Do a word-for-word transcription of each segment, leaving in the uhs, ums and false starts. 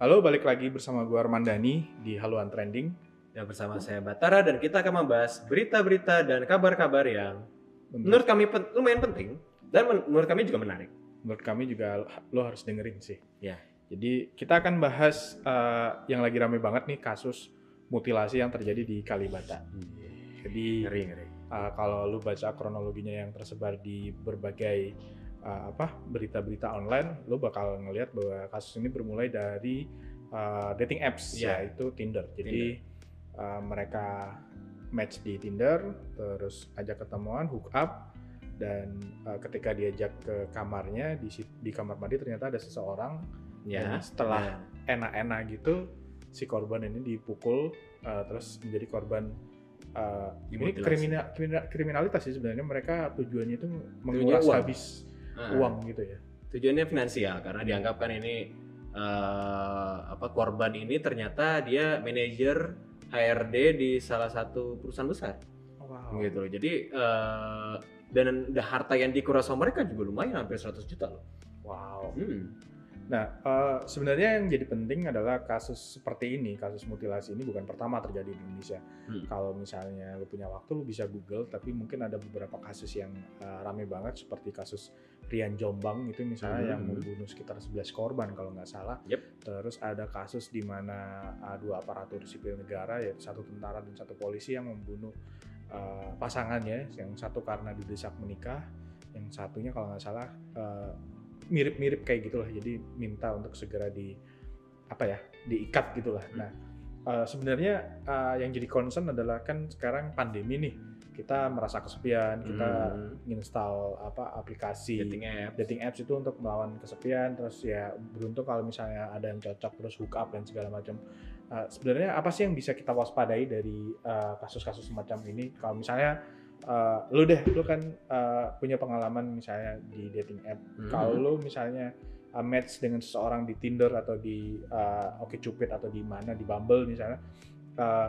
Halo, balik lagi bersama gue Armandani di Haluan Trending. Dan bersama saya Batara dan kita akan membahas berita-berita dan kabar-kabar yang Menurut, menurut kami pen- lumayan penting dan men- menurut kami juga menarik. menurut kami juga lo harus dengerin sih. Ya. Jadi kita akan bahas uh, yang lagi rame banget nih, kasus mutilasi yang terjadi di Kalibata. Jadi Ngeri ngeri. uh, kalau lu baca kronologinya yang tersebar di berbagai uh, apa berita-berita online, lu bakal ngelihat bahwa kasus ini bermulai dari uh, dating apps, Ya. yaitu Tinder. Jadi uh, mereka match di Tinder, terus ajak ketemuan, hook up, dan uh, ketika diajak ke kamarnya, di di kamar mandi ternyata ada seseorang. Ya. Dan setelah Ya. enak-enak gitu, si korban ini dipukul, uh, terus menjadi korban. Uh, ini kriminal, kriminal, kriminalitas sih sebenarnya. Mereka tujuannya itu menguras habis uh, uang gitu ya. Tujuannya finansial karena dianggap kan ini uh, apa korban ini ternyata dia manajer H R D di salah satu perusahaan besar. Wow. Gitu loh. Jadi uh, dan harta yang dikuras sama mereka juga lumayan, hampir seratus juta loh. Wow. Hmm. Nah, uh, sebenarnya yang jadi penting adalah kasus seperti ini, kasus mutilasi ini bukan pertama terjadi di Indonesia. Hmm. Kalau misalnya lu punya waktu, lu bisa Google, tapi mungkin ada beberapa kasus yang uh, rame banget, seperti kasus Rian Jombang itu misalnya, hmm. yang membunuh sekitar sebelas korban kalau nggak salah. Yep. Terus ada kasus di mana uh, dua aparatur sipil negara, yaitu satu tentara dan satu polisi yang membunuh uh, pasangannya, yang satu karena didesak menikah, yang satunya kalau nggak salah uh, mirip-mirip kayak gitulah, jadi minta untuk segera di apa ya diikat gitulah. Nah uh, sebenarnya uh, yang jadi concern adalah kan sekarang pandemi nih, kita merasa kesepian, kita hmm. install apa aplikasi dating apps. dating apps itu untuk melawan kesepian. Terus ya beruntung kalau misalnya ada yang cocok, terus hook up dan segala macam. Uh, sebenarnya apa sih yang bisa kita waspadai dari uh, kasus-kasus semacam ini? Kalau misalnya Uh, lu deh, lu kan uh, punya pengalaman misalnya di dating app. Hmm. Kalau lu misalnya uh, match dengan seseorang di Tinder atau di uh, OkCupid atau di mana, di Bumble misalnya, uh,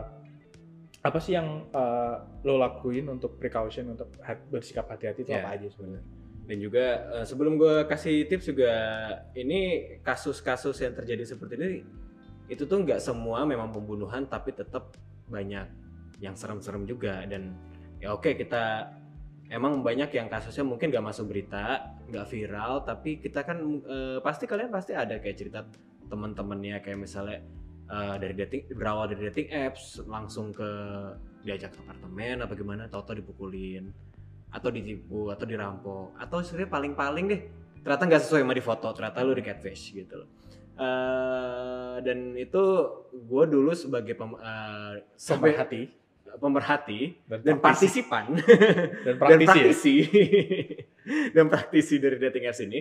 apa sih yang uh, lo lakuin untuk precaution, untuk bersikap hati-hati itu yeah. apa aja sebenarnya? Dan juga uh, sebelum gue kasih tips juga, ini kasus-kasus yang terjadi seperti ini itu tuh nggak semua memang pembunuhan, tapi tetap banyak yang serem-serem juga. Dan ya oke, kita emang banyak yang kasusnya mungkin gak masuk berita, gak viral, tapi kita kan e, pasti kalian pasti ada kayak cerita teman-temannya, kayak misalnya e, dari dating, berawal dari dating apps langsung ke diajak ke apartemen apa gimana, tau-tau dipukulin atau ditipu atau dirampok, atau sebenarnya paling-paling deh ternyata nggak sesuai sama di foto, ternyata lu di catfish gitu loh. E, dan itu gue dulu sebagai pem, e, sampai hati pemerhati dan, dan partisipan dan praktisi, dan praktisi ya? dan praktisi dari dating apps ini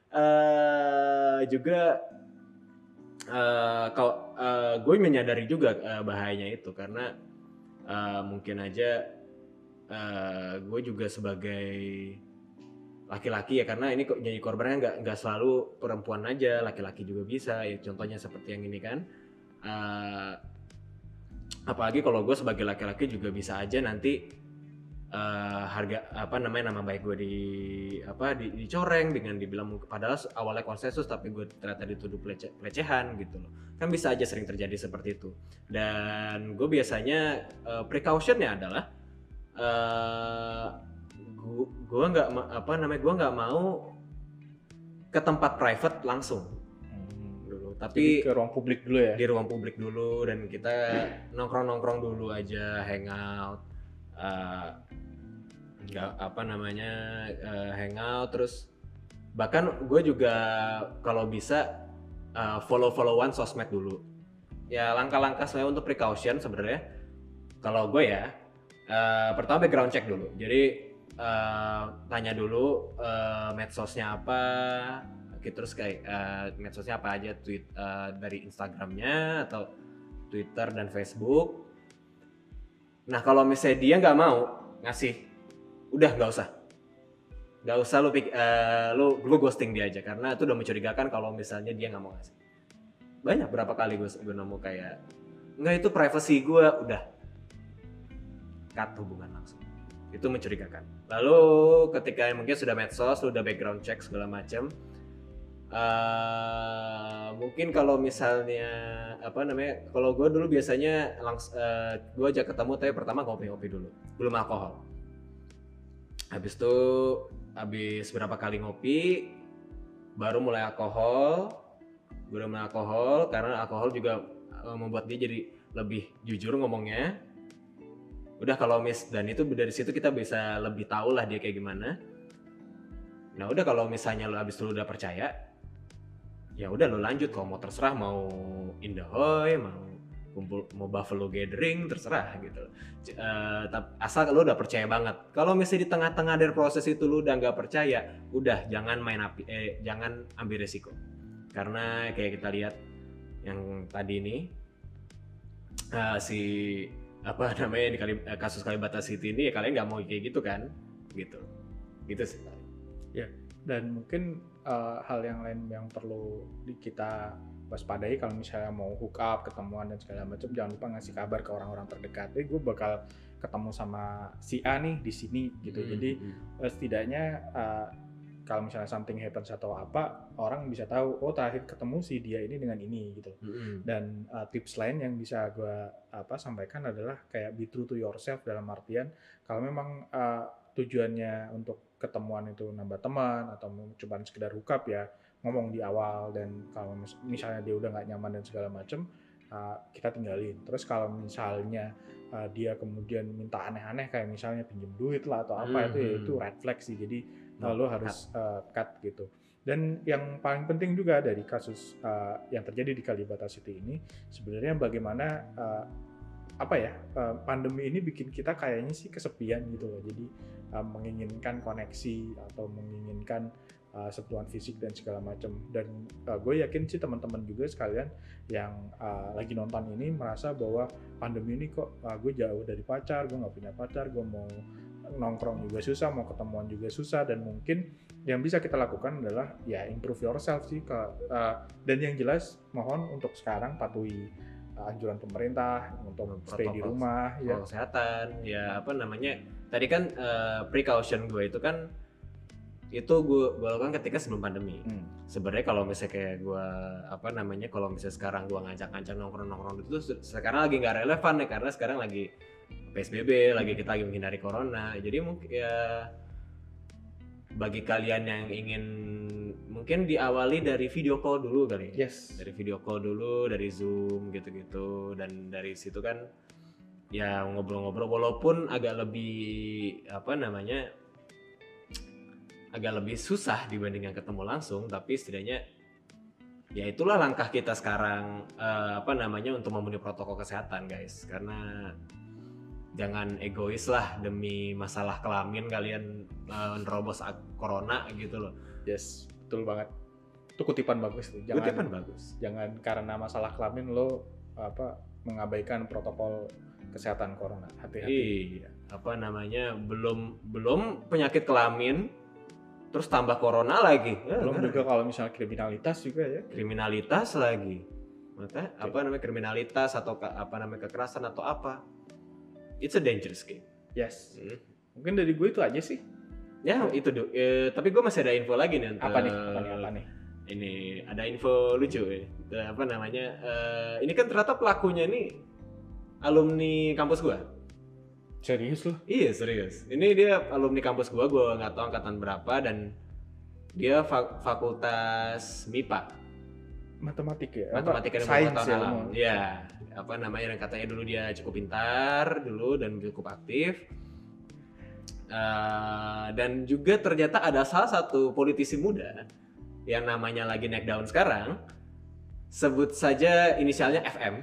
uh, juga uh, kalau uh, gue menyadari juga uh, bahayanya itu, karena uh, mungkin aja uh, gue juga sebagai laki-laki ya, karena ini kok jadi korbannya nggak nggak selalu perempuan aja, laki-laki juga bisa ya, contohnya seperti yang ini kan. Uh, apalagi kalau gue sebagai laki-laki juga bisa aja nanti uh, harga apa namanya nama baik gue di apa di, dicoreng dengan dibilang padahal awalnya konsensus tapi gue ternyata dituduh pelece, pelecehan gitu loh, kan bisa aja sering terjadi seperti itu. Dan gue biasanya uh, precautionnya adalah uh, gue nggak apa namanya gue nggak mau ke tempat private langsung. Tapi jadi ke ruang publik dulu ya? Di ruang publik dulu, dan kita nongkrong-nongkrong dulu aja, hangout, nggak uh, apa namanya uh, hangout. Terus bahkan gue juga kalau bisa uh, follow-followan sosmed dulu. Ya langkah-langkah saya untuk precaution sebenarnya. Kalau gue ya, uh, pertama background check dulu. Jadi uh, tanya dulu uh, medsosnya apa. Terus kayak uh, medsosnya apa aja, tweet uh, dari Instagramnya atau Twitter dan Facebook. Nah kalau misalnya dia nggak mau ngasih, udah nggak usah, nggak usah lu, uh, lu lu ghosting dia aja, karena itu udah mencurigakan kalau misalnya dia nggak mau ngasih. Banyak berapa kali gue gue nemu kayak nggak, itu privacy gue, udah cut hubungan langsung. Itu mencurigakan. Lalu ketika mungkin sudah medsos, sudah background check segala macam. Uh, mungkin kalau misalnya apa namanya, kalau gue dulu biasanya langsung uh, gue ajak ketemu tapi pertama ngopi-ngopi dulu, belum alkohol. Habis itu habis berapa kali ngopi baru mulai alkohol, baru mulai alkohol karena alkohol juga uh, membuat dia jadi lebih jujur ngomongnya. Udah kalau mis dan itu dari situ kita bisa lebih tahu lah dia kayak gimana. Nah udah kalau misalnya lo abis itu udah percaya, ya udah lo lanjut, kalau mau terserah mau Indahoy, mau kumpul, mau Buffalo Gathering, terserah gitu. Uh, asal lo udah percaya banget. Kalau misalnya di tengah-tengah dari proses itu lo udah nggak percaya, udah jangan main api, eh, jangan ambil resiko. Karena kayak kita lihat yang tadi ini uh, si apa namanya di kali, uh, kasus Kalibata City ini, ya kalian nggak mau kayak gitu kan, gitu, gitu sih. Ya, dan mungkin uh, hal yang lain yang perlu di kita waspadai kalau misalnya mau hook up, ketemuan dan segala macam, jangan lupa ngasih kabar ke orang-orang terdekat. Eh, gue bakal ketemu sama si A nih di sini gitu. Hmm. Jadi uh, setidaknya uh, kalau misalnya something happens atau apa, orang bisa tahu oh terakhir ketemu si dia ini dengan ini gitu. Hmm. Dan uh, tips lain yang bisa gue apa sampaikan adalah kayak be true to yourself, dalam artian kalau memang uh, tujuannya untuk ketemuan itu nambah teman atau cuma sekedar hook up, ya ngomong di awal. Dan kalau misalnya dia udah nggak nyaman dan segala macem, uh, kita tinggalin. Terus kalau misalnya uh, dia kemudian minta aneh-aneh kayak misalnya pinjem duit lah atau apa, hmm. itu ya itu red flag sih. Jadi uh, lo harus uh, cut gitu. Dan yang paling penting juga dari kasus uh, yang terjadi di Kalibata City ini sebenarnya bagaimana uh, apa ya uh, pandemi ini bikin kita kayaknya sih kesepian gitu loh. Jadi uh, menginginkan koneksi atau menginginkan uh, sentuhan fisik dan segala macam. Dan uh, gue yakin sih teman-teman juga sekalian yang uh, lagi nonton ini merasa bahwa pandemi ini kok uh, gue jauh dari pacar, gue nggak punya pacar, gue mau nongkrong juga susah, mau ketemuan juga susah. Dan mungkin yang bisa kita lakukan adalah ya improve yourself sih ke, uh, dan yang jelas mohon untuk sekarang patuhi anjuran pemerintah untuk stay di rumah, ya kesehatan, ya apa namanya tadi kan uh, precaution gue itu kan itu gue gue lakukan ketika sebelum pandemi. Hmm. Sebenarnya kalau misalnya kayak gue apa namanya kalau misalnya sekarang gue ngajak-ngajak nongkrong-nongkrong itu sekarang lagi nggak relevan ya, karena sekarang lagi P S B B, hmm. lagi kita lagi menghindari corona. Jadi mungkin ya bagi kalian yang ingin mungkin diawali dari video call dulu kali. Yes. Dari video call dulu, dari Zoom gitu-gitu, dan dari situ kan ya ngobrol-ngobrol walaupun agak lebih apa namanya agak lebih susah dibandingkan ketemu langsung, tapi setidaknya ya itulah langkah kita sekarang uh, apa namanya untuk memenuhi protokol kesehatan, guys. Karena jangan egois lah demi masalah kelamin kalian uh, nerobos corona gitu loh. Yes, betul banget. Itu kutipan bagus tuh. Jangan, kutipan bagus. Jangan karena masalah kelamin lo apa mengabaikan protokol kesehatan corona. Hati-hati. Iya, apa namanya belum belum penyakit kelamin, terus tambah corona lagi. Ya, belum juga kalau misalnya kriminalitas juga ya. Kriminalitas lagi. Maka okay. apa namanya kriminalitas atau apa namanya kekerasan atau apa? It's a dangerous game. Yes. Hmm. Mungkin dari gue itu aja sih. Ya itu do. E, tapi gue masih ada info lagi nih. Apa nih? Apa nih? Apa nih? Ini ada info lucu ya. Apa namanya? E, ini kan ternyata pelakunya ini alumni kampus gue. Serius loh? Iya serius. Ini dia alumni kampus gue. Gue nggak tahu angkatan berapa dan dia fak- fakultas M I P A. Matematik ya? Matematika dan pengetahuan alam. Iya. Apa namanya, dan katanya dulu dia cukup pintar dulu dan cukup aktif. Uh, dan juga ternyata ada salah satu politisi muda yang namanya lagi naik daun sekarang. Sebut saja inisialnya F M.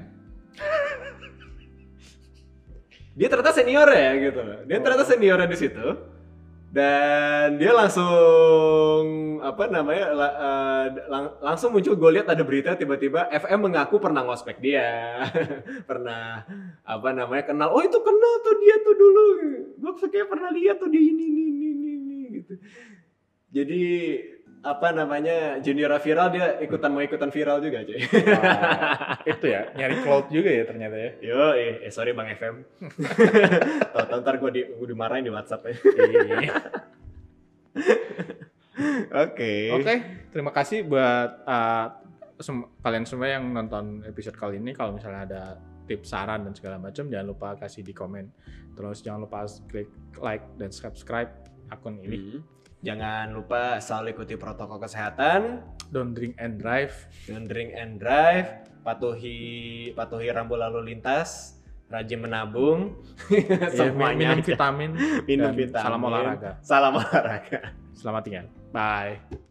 Dia ternyata senior ya gitu. Dia ternyata seniornya di situ. Dan dia langsung apa namanya uh, lang- langsung muncul, gue lihat ada berita tiba-tiba F M mengaku pernah ngospek dia. Pernah apa namanya kenal, oh itu kenal tuh dia tuh dulu, gue kayak pernah lihat tuh di ini ini ini ini gitu. Jadi apa namanya junior viral, dia ikutan mau ikutan viral juga cuy. Wow, itu ya nyari cloud juga ya ternyata ya. Yo eh, eh sorry Bang F M. Tahu ntar gue di gue dimarahin di WhatsApp ya. Oke. Oke, terima kasih buat uh, sem- kalian semua yang nonton episode kali ini. Kalau misalnya ada tips, saran dan segala macam, jangan lupa kasih di komen. Terus jangan lupa klik like dan subscribe akun ini. Hmm. Jangan lupa selalu ikuti protokol kesehatan. Don't drink and drive. Don't drink and drive. Patuhi patuhi rambu lalu lintas. Rajin menabung. Semuanya. Minum vitamin. Minum dan vitamin. Salam olahraga. Salam olahraga. Selamat tinggal. Bye.